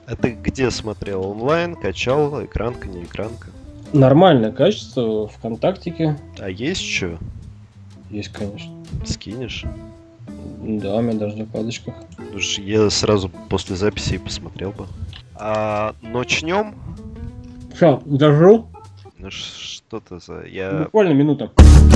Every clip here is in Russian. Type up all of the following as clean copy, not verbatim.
А ты где смотрел? Онлайн? Качал? Экранка, не экранка? Нормальное качество, ВКонтактике. А есть что? Есть, конечно. Скинешь? Да, у меня даже в закладочках. Слушай, я сразу после записи и посмотрел бы. Начнем? Все, держу. Ну что-то за... Буквально минута.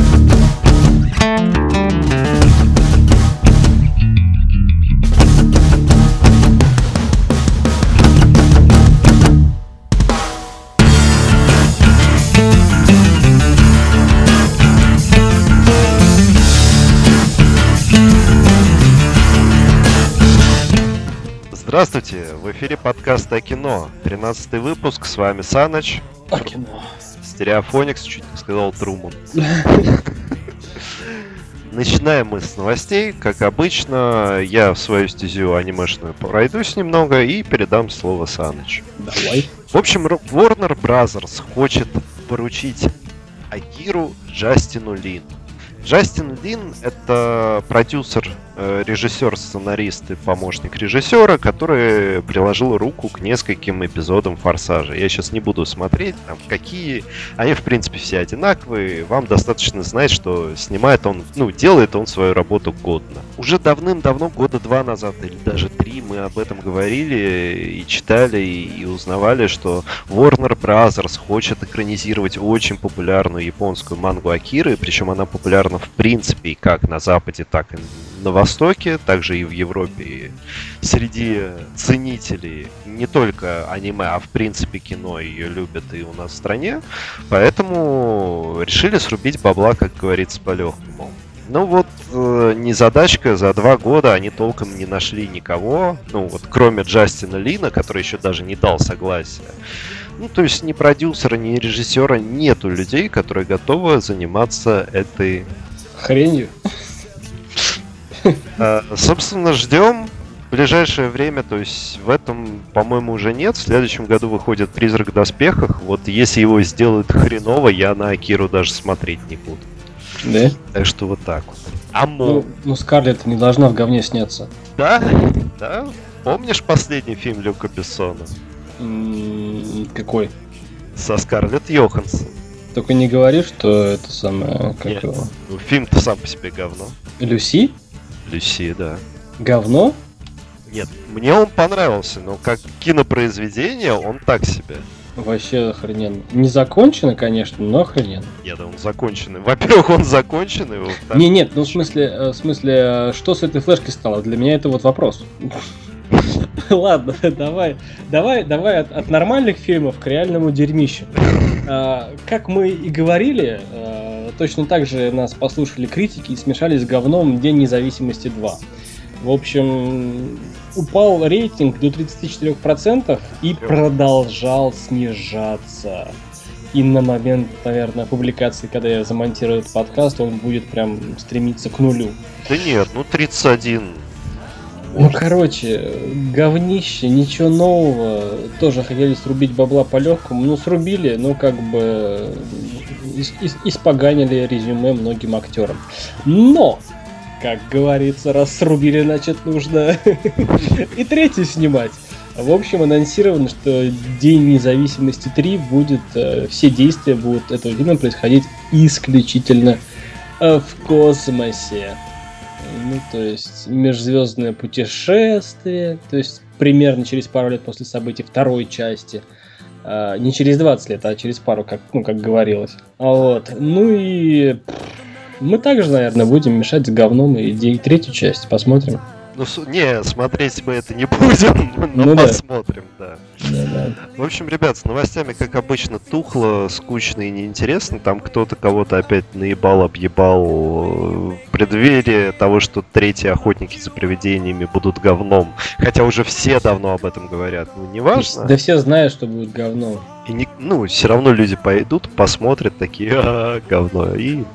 Здравствуйте, в эфире подкаст о кино. 13-й выпуск, с вами Саныч. О кино. Стереофоникс, чуть не сказал Труман. Начинаем мы с новостей. Как обычно, я в свою стезю анимешную пройдусь немного и передам слово Санычу. Давай. В общем, Warner Bros. Хочет поручить Акиру Джастину Лину. Джастин Лин — это продюсер, режиссер, сценарист и помощник режиссера, который приложил руку к нескольким эпизодам «Форсажа». Я сейчас не буду смотреть, там, какие. Они, в принципе, все одинаковые. Вам достаточно знать, что снимает он, делает он свою работу годно. Уже давным-давно, года 2 назад или даже 3, мы об этом говорили и читали, и узнавали, что Warner Bros. Хочет экранизировать очень популярную японскую мангу Акиры, причем она популярна в принципе и как на Западе, так и на Востоке, также и в Европе, и среди ценителей не только аниме, а в принципе кино ее любят и у нас в стране, поэтому решили срубить бабла, как говорится, по-легкому. Ну вот, незадачка, за 2 года они толком не нашли никого, кроме Джастина Лина, который еще даже не дал согласия. То есть ни продюсера, ни режиссера нету людей, которые готовы заниматься этой хренью. Собственно, ждем в ближайшее время, то есть в этом, по-моему, уже нет. В следующем году выходит «Призрак в доспехах». Вот если его сделают хреново, я на Акиру даже смотреть не буду. Да? Так что вот так вот. Скарлетт не должна в говне сняться. Да? Помнишь последний фильм Люка Бессона? Какой? Со Скарлетт Йоханссон. Только не говори, что это самое... Нет, фильм-то сам по себе говно. Люси? Люси, да. Говно? Нет, мне он понравился, но как кинопроизведение он так себе. Вообще охрененно. Не закончено, конечно, но охрененно. Нет, он законченный. Во-первых, он законченный. Нет, в смысле, что с этой флешкой стало? Для меня это вот вопрос. Ладно, давай от нормальных фильмов к реальному дерьмищу. Как мы и говорили, точно так же нас послушали критики и смешались с говном День независимости 2. В общем, упал рейтинг до 34% и продолжал снижаться. И на момент, наверное, публикации, когда я замонтирую этот подкаст, он будет прям стремиться к нулю. Да нет, 31. Говнище, ничего нового. Тоже хотели срубить бабла по-легкому. Срубили, испоганили резюме многим актерам. Но, как говорится, раз срубили, значит нужно и третий снимать. В общем, анонсировано, что День независимости 3 будет, все действия будут этого фильма происходить исключительно в космосе. То есть межзвездное путешествие, то есть примерно через пару лет после событий второй части. Не через 20 лет, а через пару, как говорилось. И мы также, наверное, будем мешать с говном и третью часть. Посмотрим. Смотреть мы это не будем, но посмотрим, да. В общем, ребят, с новостями, как обычно, тухло, скучно и неинтересно. Там кто-то кого-то опять наебал, объебал в преддверии того, что третьи охотники за привидениями будут говном. Хотя уже все давно об этом говорят. Неважно. Да все знают, что будет говном. И все равно люди пойдут, посмотрят, такие, говно, и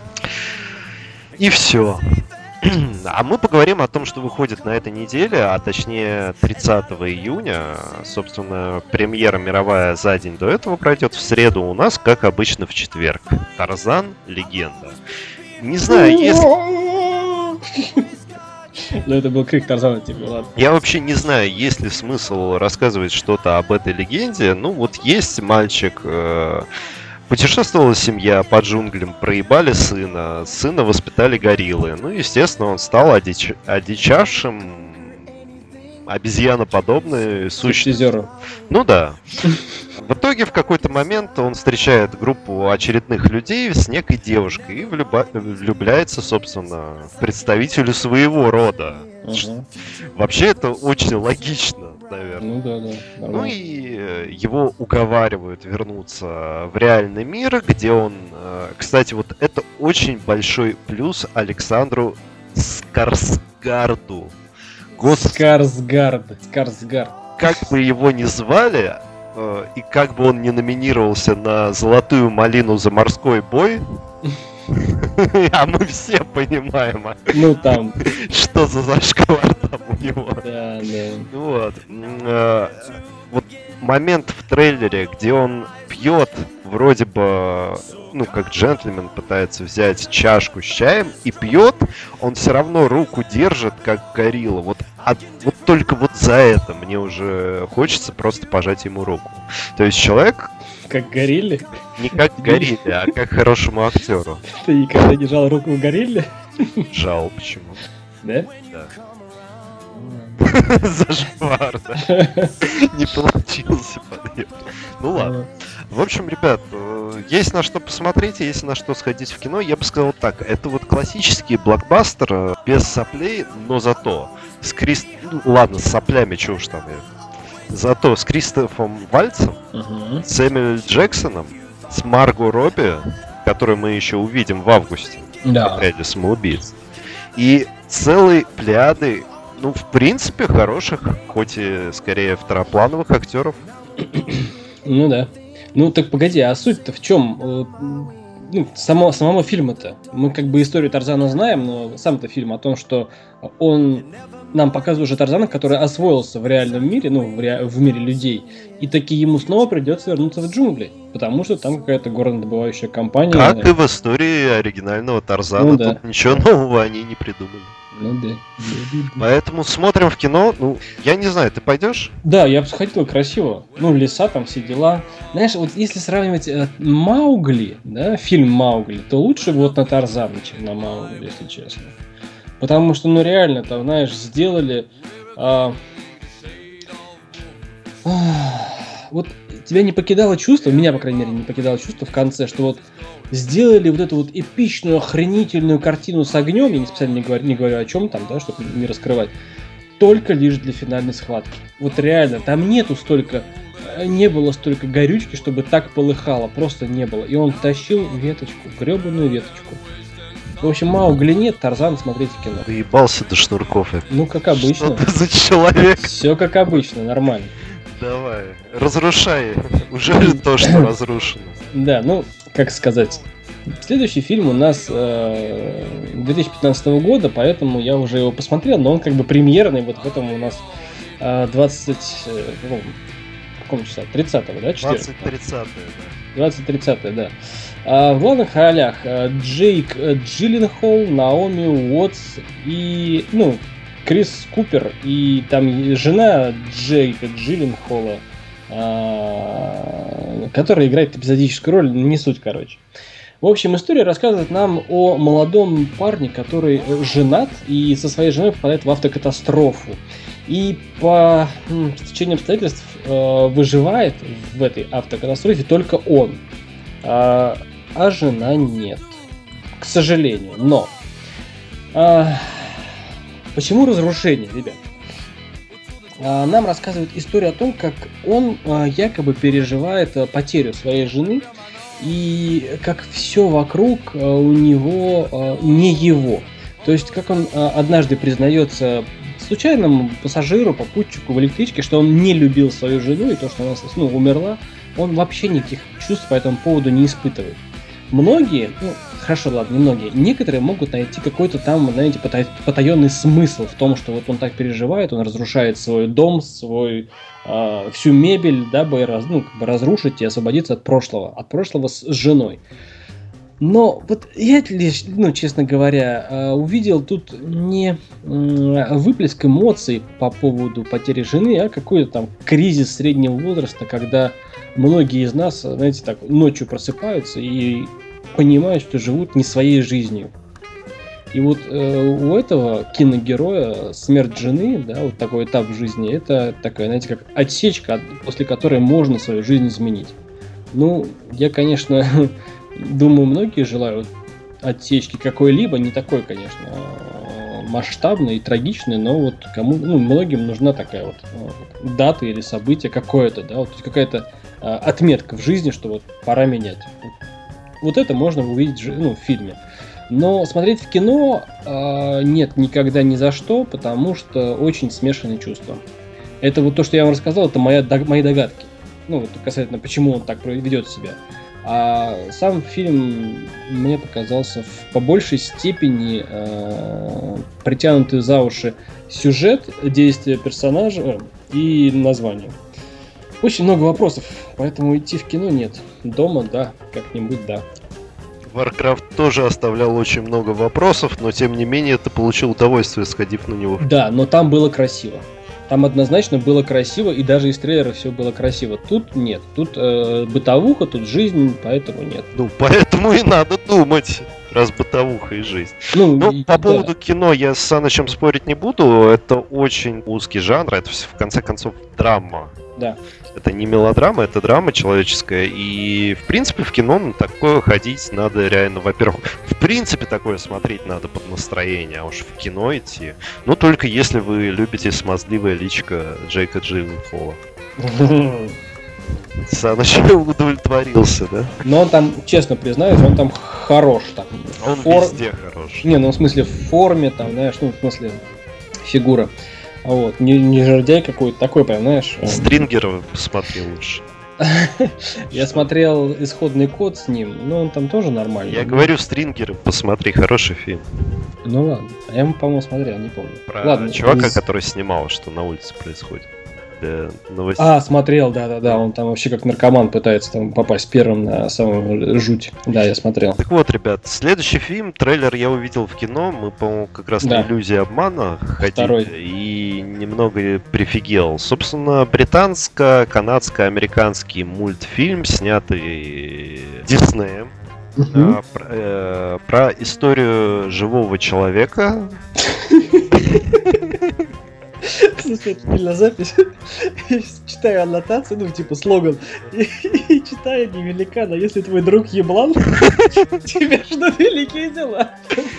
все. А мы поговорим о том, что выходит на этой неделе, а точнее 30 июня. Собственно, премьера мировая за день до этого пройдет в среду у нас, как обычно, в четверг. Тарзан. Легенда. Не знаю, если... Но это был крик Тарзана, типа, ладно. Я вообще не знаю, есть ли смысл рассказывать что-то об этой легенде. Ну, вот есть мальчик, путешествовала семья по джунглям, проебали сына, сына воспитали гориллы. Ну, естественно, он стал одичавшим, обезьяноподобной сущностью. Ну да. В итоге в какой-то момент он встречает группу очередных людей с некой девушкой и влюбляется, собственно, в представителю своего рода. Вообще это очень логично, наверное. Ну да. Нормально. Ну и его уговаривают вернуться в реальный мир, где он... Кстати, вот это очень большой плюс Александру Скарсгарду. Скарсгард. Как бы его ни звали, и как бы он ни номинировался на золотую малину за морской бой, а мы все понимаем, ну там, что за зашквар там у него. Да. Вот. Вот момент в трейлере, где он пьет, вроде бы, ну, как джентльмен пытается взять чашку с чаем и пьет, он все равно руку держит, как горилла. Вот только вот за это мне уже хочется просто пожать ему руку. То есть человек... Как горилле? Не как горилле, а как хорошему актеру. Ты никогда не жал руку горилле? Жал, почему? Да? Да. Зашквар, да. Не получился подъем. Ну ладно. В общем, ребят, есть на что посмотреть, есть на что сходить в кино. Я бы сказал так, это вот классический блокбастер без соплей, но зато с ладно, с соплями, чего уж там. Зато с Кристофом Вальцем, с Сэмюэль Джексоном, с Марго Робби, которую мы еще увидим в августе в отряде самоубийц, и целой плеяды, ну, в принципе, хороших, хоть и скорее второплановых актеров. Ну да. Ну так погоди, а суть-то в чем? Ну, самого фильма-то. Мы как бы историю Тарзана знаем, но сам-то фильм о том, что он нам показывает уже Тарзана, который освоился в реальном мире, ну, в мире людей, и таки ему снова придется вернуться в джунгли, потому что там какая-то горнодобывающая компания. Как и в истории оригинального Тарзана, тут ничего нового они не придумали. Ну да. Поэтому смотрим в кино. Ну, я не знаю, ты пойдешь? Да, я бы хотел красиво. Ну, леса, там все дела. Знаешь, вот если сравнивать Маугли, да, фильм Маугли, то лучше вот на Тарзана, чем на Маугли, если честно. Потому что, ну, реально, там, знаешь, сделали... вот тебя не покидало чувство, меня, по крайней мере, не покидало чувство в конце, что вот сделали вот эту вот эпичную, охренительную картину с огнем, я специально не говорю о чем там, да, чтобы не раскрывать, только лишь для финальной схватки. Вот реально, там не было столько горючки, чтобы так полыхало, просто не было. И он тащил веточку, гребаную веточку. В общем, Маугли нет, Тарзан смотреть в кино. Доебался до шнурков. Ну, как обычно. Что ты за человек? Все как обычно, нормально. Давай, разрушай уже то, что разрушено. Да, ну, как сказать. Следующий фильм у нас 2015 года, поэтому я уже его посмотрел, но он как бы премьерный, вот в этом у нас 30-го, да? 20-30, да. В главных ролях Джейк Джилленхол, Наоми Уотс и, ну, Крис Купер, и там жена Джейка Джилленхола, которая играет эпизодическую роль, не суть, короче. В общем, история рассказывает нам о молодом парне, который женат и со своей женой попадает в автокатастрофу. И по стечению обстоятельств выживает в этой автокатастрофе только он, а жена нет, к сожалению. Но почему разрушение, ребят? Нам рассказывает историю о том, как он якобы переживает потерю своей жены, и как все вокруг у него не его. То есть, как он однажды признается случайному пассажиру, попутчику в электричке, что он не любил свою жену, и то, что она умерла, он вообще никаких чувств по этому поводу не испытывает. Многие, ну, хорошо, ладно, не многие, некоторые могут найти какой-то там, знаете, потаенный смысл в том, что вот он так переживает, он разрушает свой дом, всю мебель, дабы разрушить и освободиться от прошлого с женой. Но вот я лишь, честно говоря, увидел тут не выплеск эмоций по поводу потери жены, а какой-то там кризис среднего возраста, когда многие из нас, знаете, так ночью просыпаются и понимают, что живут не своей жизнью. И вот у этого киногероя смерть жены, да, вот такой этап в жизни, это такая, знаете, как отсечка, после которой можно свою жизнь изменить. Ну, я, конечно, думаю, многие желают отсечки какой-либо, не такой, конечно, масштабной и трагичной, но вот многим нужна такая вот дата или событие какое-то, да, вот какая-то отметка в жизни, что вот пора менять. Вот это можно увидеть в фильме. Но смотреть в кино нет, никогда ни за что, потому что очень смешанные чувства. Это вот то, что я вам рассказал, это мои догадки. Ну, вот касательно, почему он так ведет себя. А сам фильм мне показался по большей степени притянутый за уши сюжет, действия персонажа и название. Очень много вопросов, поэтому идти в кино нет. Дома, да, как-нибудь, да. Warcraft тоже оставлял очень много вопросов, но тем не менее ты получил удовольствие, сходив на него. Да, но там было красиво. Там однозначно было красиво, и даже из трейлера все было красиво. Тут нет. Тут бытовуха, тут жизнь, поэтому нет. Ну, поэтому и надо думать, раз бытовуха и жизнь. По поводу кино я с Санычем спорить не буду. Это очень узкий жанр, это в конце концов драма. Да. Это не мелодрама, это драма человеческая. И, в принципе, в кино на такое ходить надо реально, во-первых, в принципе, такое смотреть надо под настроение, а уж в кино идти. Ну, только если вы любите смазливое личико Джейка Джилленхола. Саныч удовлетворился, да? Но он там, честно признаюсь, он там хорош. Там. Он везде хорош. Не, в смысле в форме, там, знаешь, в смысле фигура. Вот, не жердяй какой-то такой, прям, знаешь. Стрингера посмотри лучше. Я смотрел исходный код с ним, но он там тоже нормальный. Я говорю, Стрингера посмотри, хороший фильм. Ну ладно, я, по-моему, смотрел, не помню. Про чувака, который снимал, что на улице происходит. Смотрел, да. Он там вообще как наркоман пытается там попасть первым на самую жуть. Да, я смотрел. Так вот, ребят, следующий фильм, трейлер я увидел в кино. Мы, по-моему, как раз на иллюзии обмана ходили. И немного прифигел. Собственно, британско-канадско-американский мультфильм, снятый Диснеем. Про историю живого человека. Слушай, это на запись. Я читаю аннотацию, слоган. И читаю невелика, но если твой друг еблан, тебе ждут великие дела.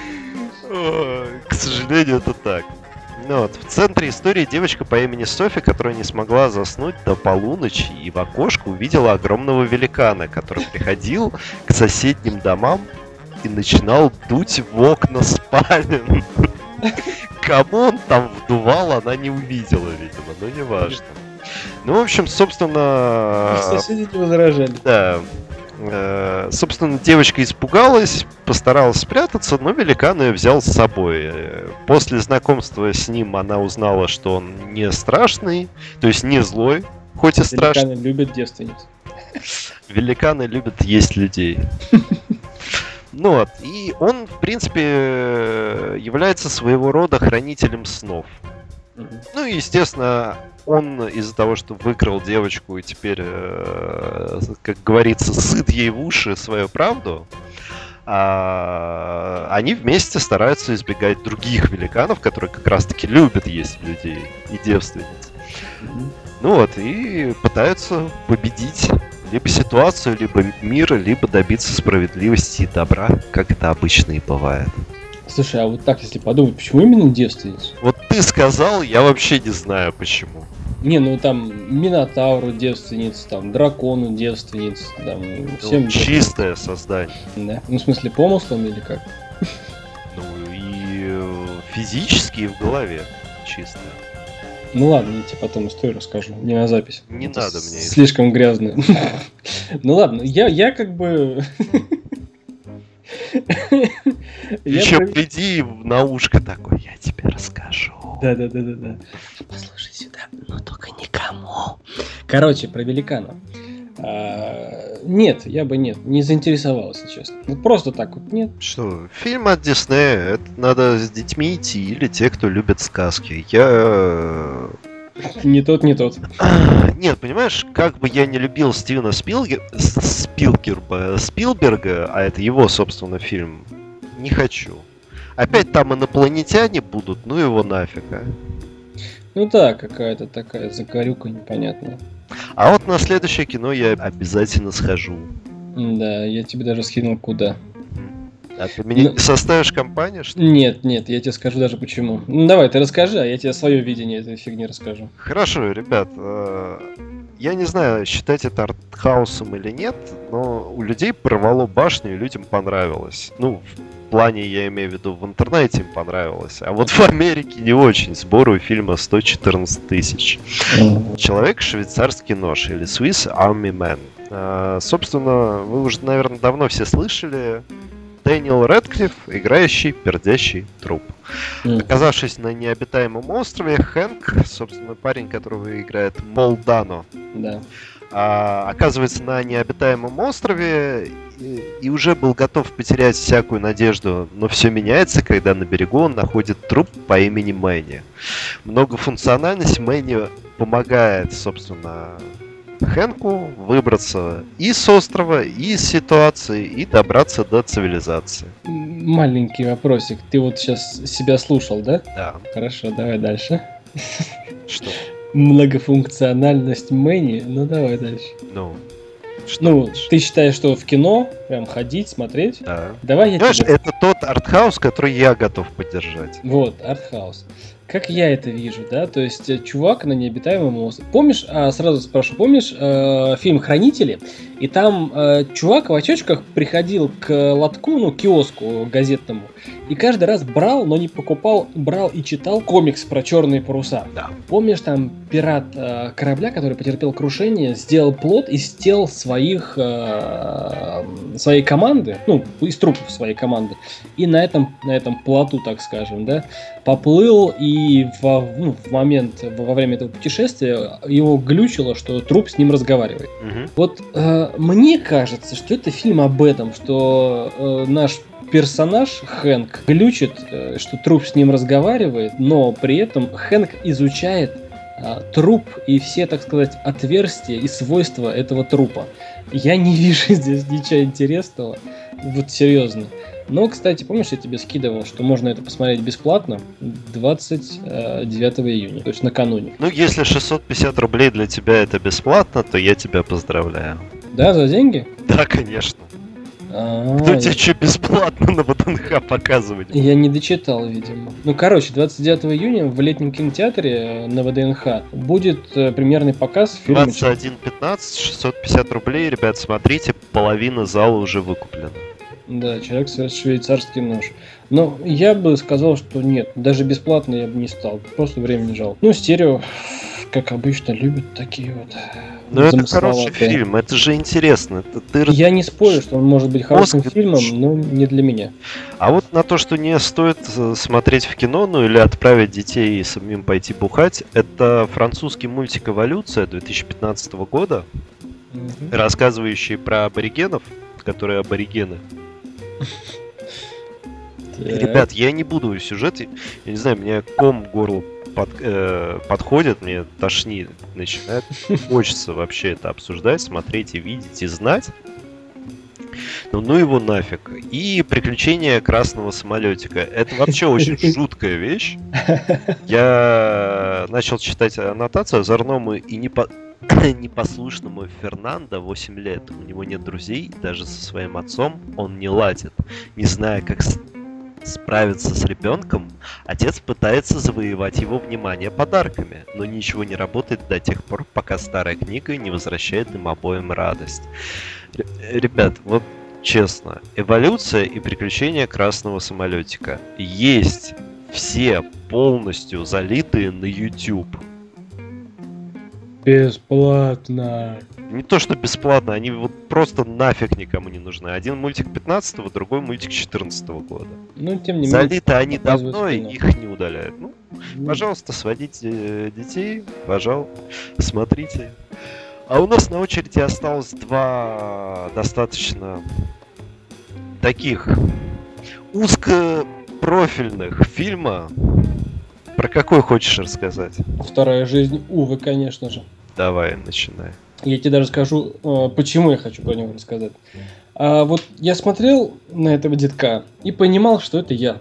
К сожалению, это так. В центре истории девочка по имени Софи, которая не смогла заснуть до полуночи и в окошко увидела огромного великана, который приходил к соседним домам и начинал дуть в окна спален. Кому он там вдувал, она не увидела, видимо, но неважно. В общем, собственно... Соседи не возражали. Да. Собственно, девочка испугалась, постаралась спрятаться, но великан ее взял с собой. После знакомства с ним она узнала, что он не страшный, то есть не злой, хоть и страшный. Великаны любят девственниц. Великаны любят есть людей. И он, в принципе, является своего рода хранителем снов. Естественно, он из-за того, что выкрал девочку и теперь, как говорится, сыт ей в уши свою правду, они вместе стараются избегать других великанов, которые как раз-таки любят есть людей и девственниц. И пытаются победить либо ситуацию, либо мир, либо добиться справедливости и добра, как это обычно и бывает. Слушай, а вот так, если подумать, почему именно девственниц? Вот ты сказал, я вообще не знаю почему. Не, там Минотавру девственниц, там Дракону девственниц, там всем. Чистое создание. Да. В смысле, помыслом или как? И физически, и в голове чистое. Ладно, я тебе потом историю расскажу, не на запись. Не это надо мне. Слишком грязно. Ладно, я как бы... Еще приди на ушко такой, я тебе расскажу. Да. Послушай сюда, но только никому. Короче, про великана. Нет, я бы не заинтересовался, честно. Вот просто так вот нет. Что, фильм от Диснея, это надо с детьми идти или те, кто любит сказки. Я... Не тот, не тот. Нет, понимаешь, как бы я не любил Стивена Спилберга, а это его, собственно, фильм, не хочу. Опять там инопланетяне будут, ну его нафиг, а. Ну да, какая-то такая закорюка непонятная. А вот на следующее кино я обязательно схожу. Да, я тебе даже скинул куда. А ты мне не составишь компанию, что ли? Нет, я тебе скажу даже почему. Ну давай, ты расскажи, а я тебе свое видение этой фигни расскажу. Хорошо, ребят, я не знаю, считать это артхаусом или нет, но у людей порвало башню, и людям понравилось. Ну, в плане, я имею в виду, в интернете им понравилось. А вот в Америке не очень. Сбор у фильма 114 тысяч. «Человек-швейцарский нож» или «Swiss Army Man». Собственно, вы уже, наверное, давно все слышали. Дэниел Рэдклифф, играющий пердящий труп. Оказавшись на необитаемом острове, Хэнк, собственно, парень, которого играет Пол Дано, оказывается на необитаемом острове и уже был готов потерять всякую надежду, но все меняется, когда на берегу он находит труп по имени Мэнни. Многофункциональность Мэнни помогает, собственно, Хэнку выбраться и с острова, и из ситуации, и добраться до цивилизации. Маленький вопросик. Ты вот сейчас себя слушал, да? Да. Хорошо, давай дальше. Что? Многофункциональность Мэнни. Ну, давай дальше. Что ты считаешь, что в кино прям ходить, смотреть? Да. Давай я Знаешь, тебе... это тот артхаус, который я готов поддержать. Вот, артхаус. Как я это вижу, да, то есть чувак на необитаемом острове. Помнишь, сразу спрошу, помнишь фильм «Хранители»? И там чувак в очочках приходил к лотку, ну, киоску газетному, и каждый раз брал, но не покупал, брал и читал комикс про черные паруса. Да. Помнишь, там пират корабля, который потерпел крушение, сделал плот из тел своей команды, ну, из трупов своей команды, и на этом плоту, так скажем, да, поплыл, и во время этого путешествия его глючило, что труп с ним разговаривает. Угу. Вот мне кажется, что это фильм об этом, что наш персонаж Хэнк глючит, что труп с ним разговаривает, но при этом Хэнк изучает труп и все, так сказать, отверстия и свойства этого трупа. Я не вижу здесь ничего интересного, вот серьезно. Но, кстати, помнишь, я тебе скидывал, что можно это посмотреть бесплатно 29 июня, то есть накануне. Ну, если 650 рублей для тебя это бесплатно, то я тебя поздравляю. Да, за деньги? Да, конечно. Кто тебе что бесплатно на ВДНХ показывать? Я не дочитал, видимо. Ну, короче, 29 июня в летнем кинотеатре на ВДНХ будет премьерный показ фильма. 21.15, 650 рублей, ребят, смотрите, половина зала уже выкуплена. Да, «Человек-швейцарский нож». Но я бы сказал, что нет, даже бесплатно я бы не стал, просто времени жалко. Ну, стерео, как обычно, любят такие вот. Ну, это хороший фильм, это же интересно. Я не спорю, что он может быть хорошим фильмом, но не для меня. А вот на то, что не стоит смотреть в кино, ну или отправить детей и самим пойти бухать, это французский мультик «Эволюция» 2015 года, рассказывающий про аборигенов, которые аборигены. Ребят, я не буду сюжет, я не знаю, мне ком в горло подходит, мне тошнит начинает. Хочется вообще это обсуждать, смотреть и видеть, и знать. Ну его нафиг. И «Приключения красного самолетика». Это вообще очень жуткая вещь. Я начал читать аннотацию озорному и непослушному Фернандо 8 лет. У него нет друзей, даже со своим отцом он не ладит. Не зная, как справиться с ребенком, отец пытается завоевать его внимание подарками, но ничего не работает до тех пор, пока старая книга не возвращает им обоим радость. Ребят, вот честно, «Эволюция» и «Приключения красного самолетика» есть все полностью залитые на YouTube. Бесплатно. Не то, что бесплатно, они вот просто нафиг никому не нужны. Один мультик 15-го, другой мультик 14-го года. Ну, тем не менее. Залиты они давно, и их не удаляют. Ну, пожалуйста, сводите детей, пожалуйста, смотрите. А у нас на очереди осталось два достаточно таких узкопрофильных фильма. Про какой хочешь рассказать? Вторая жизнь Увы, конечно же. Давай, начинай. Я тебе даже скажу, почему я хочу про него рассказать. Вот я смотрел на этого детка и понимал, что это я.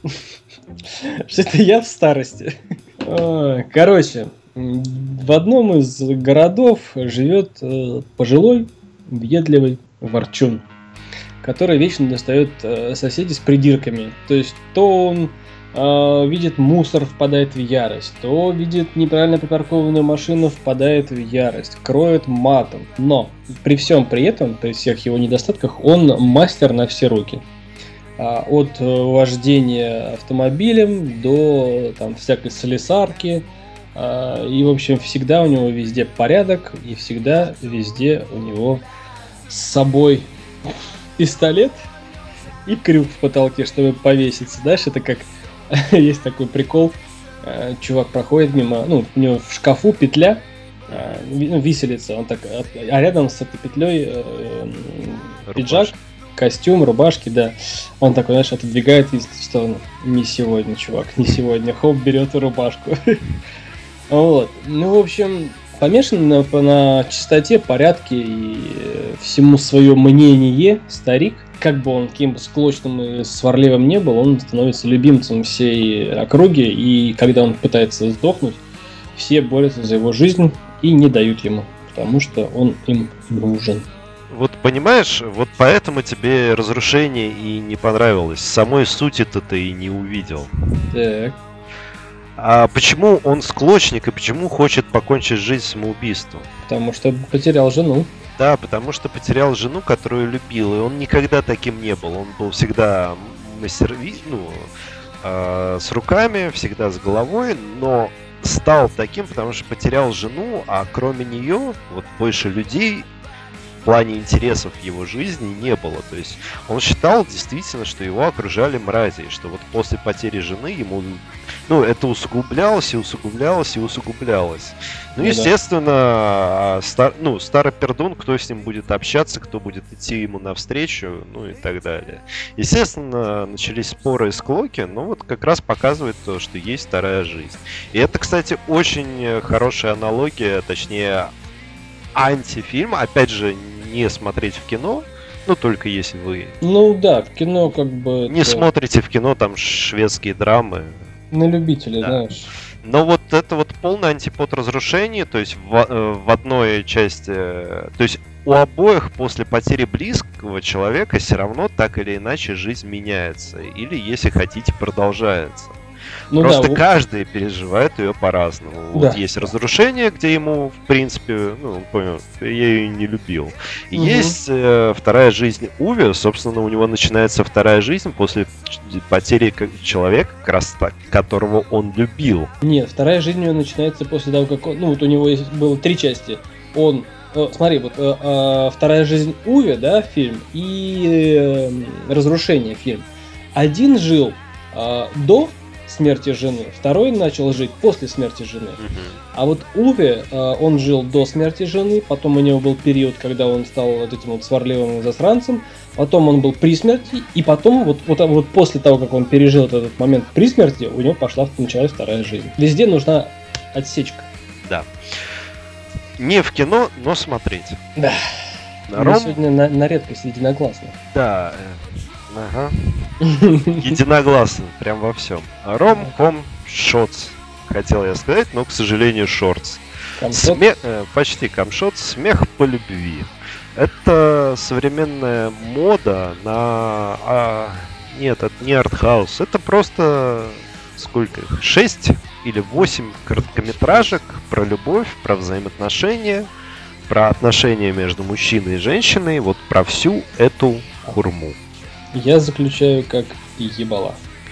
Что это я в старости. Короче, в одном из городов живет пожилой, въедливый ворчун, который вечно достает соседей с придирками. То есть, то он видит мусор, впадает в ярость, то видит неправильно припаркованную машину, впадает в ярость, кроет матом. Но при всем при этом, при всех его недостатках, он мастер на все руки. От вождения автомобилем до там всякой слесарки. И, в общем, всегда у него везде порядок, и всегда везде у него с собой пистолет и крюк в потолке, чтобы повеситься. Знаешь, это как есть такой прикол. Чувак проходит мимо, ну, у него в шкафу петля, виселица, он так, а рядом с этой петлей пиджак, костюм, рубашки, да. Он такой, знаешь, отодвигает в сторону. Не сегодня, чувак, не сегодня. Хоп, берет рубашку. Вот. Ну, в общем, помешан на чистоте, порядке и всему свое мнение старик. Как бы он каким бы склочным и сварливым не был, он становится любимцем всей округи. И когда он пытается сдохнуть, все борются за его жизнь и не дают ему, потому что он им нужен. Вот понимаешь, вот поэтому тебе разрушение и не понравилось. Самой сути-то ты и не увидел. Так. А почему он склочник и почему хочет покончить жизнь самоубийством? Потому что потерял жену. Да, потому что потерял жену, которую любил, и он никогда таким не был. Он был всегда с руками, всегда с головой, но стал таким, потому что потерял жену, а кроме нее вот больше людей в плане интересов его жизни не было. То есть он считал действительно, что его окружали мрази, и что вот после потери жены ему, ну, это усугублялось и усугублялось и усугублялось. Ну, естественно, старый пердун, кто с ним будет общаться, кто будет идти ему навстречу, ну и так далее. Естественно, начались споры и склоки, но вот как раз показывает то, что есть вторая жизнь. И это, кстати, очень хорошая аналогия, точнее, антифильм, опять же, не смотреть в кино, ну, только если вы... Ну да, в кино как бы... Не смотрите в кино там шведские драмы. На любителя, да. Знаешь. Но вот это вот полный антипод разрушения, то есть в одной части... То есть у обоих после потери близкого человека все равно так или иначе жизнь меняется. Или, если хотите, продолжается. Ну, просто да, каждый переживает ее по-разному. Да. Вот есть разрушение, где ему, в принципе, ну, он понял, я ее не любил. И есть вторая жизнь Уве, собственно, у него начинается вторая жизнь после потери человека, как раз так, которого он любил. Нет, вторая жизнь у него начинается после того, как он, ну, вот у него было 3 части. Он, смотри, вот вторая жизнь Уве, да, фильм, и разрушение фильм. Один жил до смерти жены, второй начал жить после смерти жены. А вот Уве, он жил до смерти жены, потом у него был период, когда он стал вот этим вот сварливым засранцем, потом он был при смерти, и потом вот после того, как он пережил этот момент при смерти, у него началась вторая жизнь. Везде нужна отсечка. Да. Не в кино, но смотреть. Да. Мы сегодня на редкость единогласно. Да. Ага. Единогласно, прям во всем. Ром-ком шотс, хотел я сказать, но, к сожалению, шортс. Почти камшот, смех по любви. Это современная мода на... Нет, это не артхаус, это просто... Сколько их? 6 или 8 короткометражек про любовь, про взаимоотношения, про отношения между мужчиной и женщиной, вот про всю эту хурму. Я заключаю как ебала.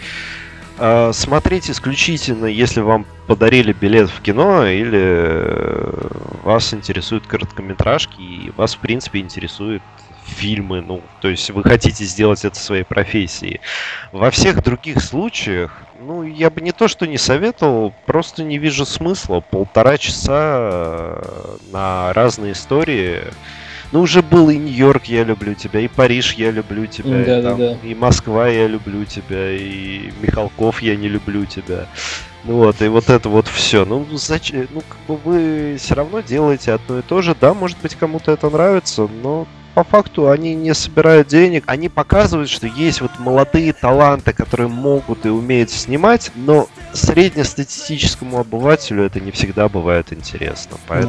Смотрите исключительно, если вам подарили билет в кино или вас интересуют короткометражки и вас, в принципе, интересуют фильмы. Ну, то есть вы хотите сделать это своей профессией. Во всех других случаях, Ну, я бы не то, что не советовал, просто не вижу смысла. 1,5 часа на разные истории. Ну, уже был и Нью-Йорк, я люблю тебя, и Париж, я люблю тебя, и, там, и Москва, я люблю тебя, и Михалков, я не люблю тебя. Ну вот, и вот это вот все. Ну, зачем? Ну, как бы вы все равно делаете одно и то же. Да, может быть, кому-то это нравится, но по факту они не собирают денег. Они показывают, что есть вот молодые таланты, которые могут и умеют снимать, но среднестатистическому обывателю это не всегда бывает интересно. Поэтому...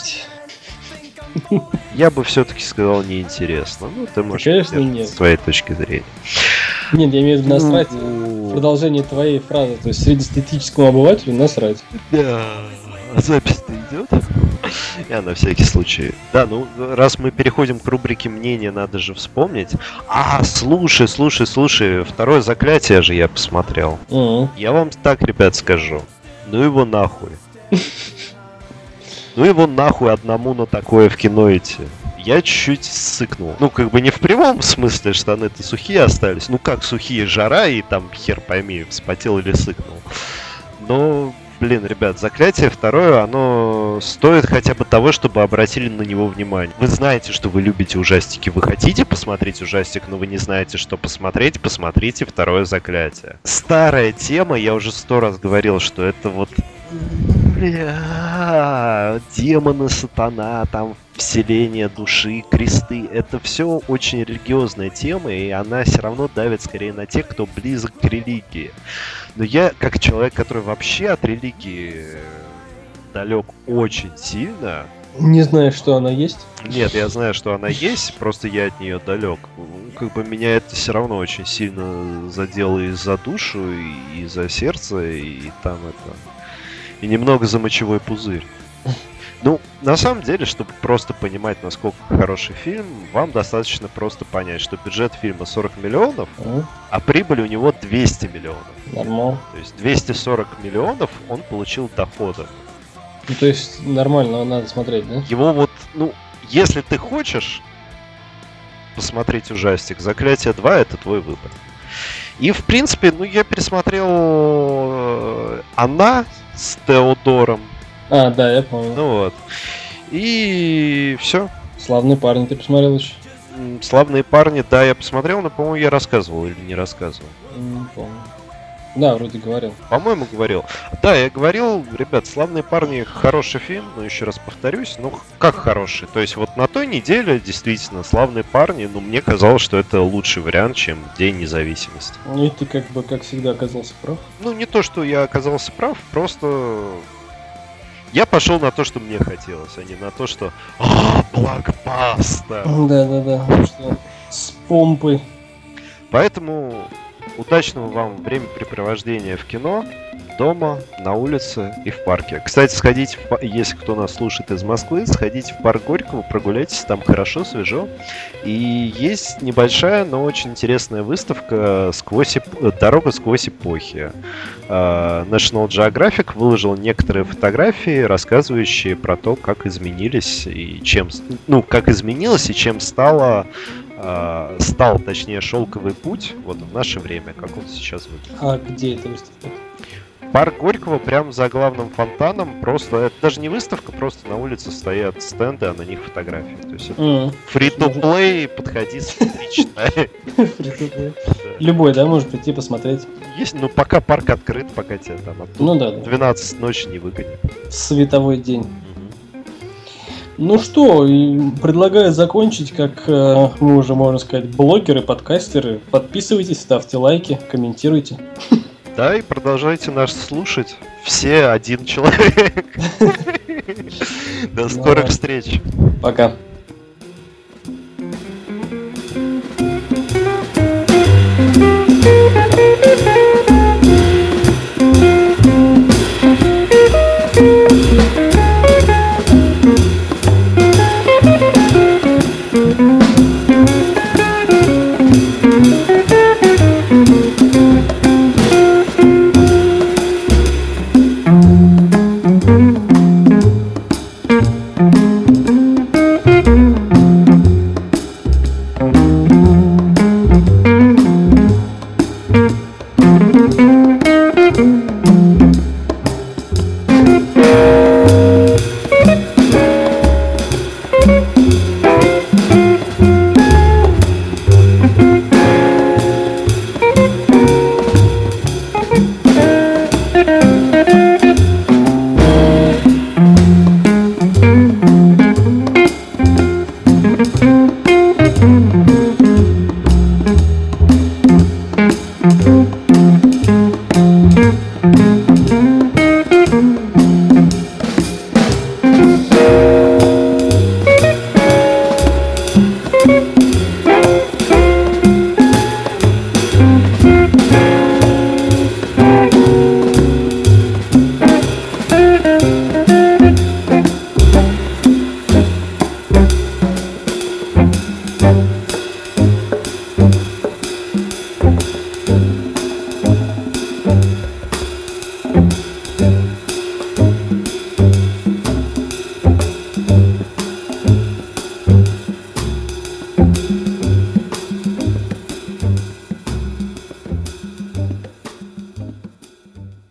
Я бы все-таки сказал неинтересно. Ну, ты можешь с твоей точки зрения. Нет, я имею в виду насрать. Продолжение твоей фразы. То есть среднестатистическому обывателю насрать. Да, запись-то идет. Я на всякий случай. Да, ну, раз мы переходим к рубрике мнения, надо же вспомнить. Слушай. Второе заклятие же я посмотрел. Я вам так, ребят, скажу. Ну его нахуй. Ну его нахуй одному на такое в кино идти. Я чуть-чуть сыкнул. Ну, как бы не в прямом смысле, штаны-то сухие остались. Ну как сухие, жара и там хер пойми, вспотел или сыкнул. Но, блин, ребят, заклятие второе, оно стоит хотя бы того, чтобы обратили на него внимание. Вы знаете, что вы любите ужастики, вы хотите посмотреть ужастик, но вы не знаете, что посмотреть, посмотрите второе заклятие. Старая тема, я уже 100 раз говорил, что это вот... демоны, сатана, там вселение души, кресты. Это все очень религиозная тема, и она все равно давит скорее на тех, кто близок к религии. Но я, как человек, который вообще от религии далек очень сильно... Не знаю, что она есть. Нет, я знаю, что она есть, просто я от нее далек. Как бы меня это все равно очень сильно задело и за душу, и за сердце, и там это... И немного за мочевой пузырь. Ну, на самом деле, чтобы просто понимать, насколько хороший фильм, вам достаточно просто понять, что бюджет фильма 40 миллионов, а прибыль у него 200 миллионов. Нормально. То есть 240 миллионов он получил дохода. Ну, то есть нормально, надо смотреть, да? Его вот, ну, если ты хочешь посмотреть ужастик, «Заклятие 2» — это твой выбор. И, в принципе, ну, я пересмотрел «Она» с Теодором. Да, я помню. Ну вот. И все. «Славные парни» ты посмотрел еще? «Славные парни», да, я посмотрел, но, по-моему, я рассказывал или не рассказывал. Не помню. Да, вроде говорил. По-моему, говорил. Да, я говорил, ребят, «Славные парни» хороший фильм, но еще раз повторюсь, ну как хороший. То есть вот на той неделе действительно «Славные парни», ну мне казалось, что это лучший вариант, чем «День независимости». Ну и ты как бы, как всегда, оказался прав. Ну не то, что я оказался прав, просто я пошел на то, что мне хотелось, а не на то, что блокбастер. Да, что с помпой. Поэтому удачного вам времяпрепровождения в кино, дома, на улице и в парке. Кстати, сходите, если кто нас слушает из Москвы, сходите в парк Горького, прогуляйтесь, там хорошо, свежо. И есть небольшая, но очень интересная выставка «Дорога сквозь эпохи». National Geographic выложил некоторые фотографии, рассказывающие про то, как изменились и чем... Ну, как изменилось и чем стал, точнее, шелковый путь вот в наше время, как он сейчас выглядит. А где эта выставка? Парк Горького прямо за главным фонтаном. Просто это даже не выставка, просто на улице стоят стенды, а на них фотографии. То есть это free-to-play, подходи, смотри, читай. Любой, да, может прийти посмотреть. Есть, ну пока парк открыт, пока тебя там оттуда 12 ночи не выгонят. Световой день. Ну что, предлагаю закончить, как мы уже, можно сказать, блогеры, подкастеры. Подписывайтесь, ставьте лайки, комментируйте. Да, и продолжайте нас слушать. Все один человек. До скорых встреч. Пока. Thank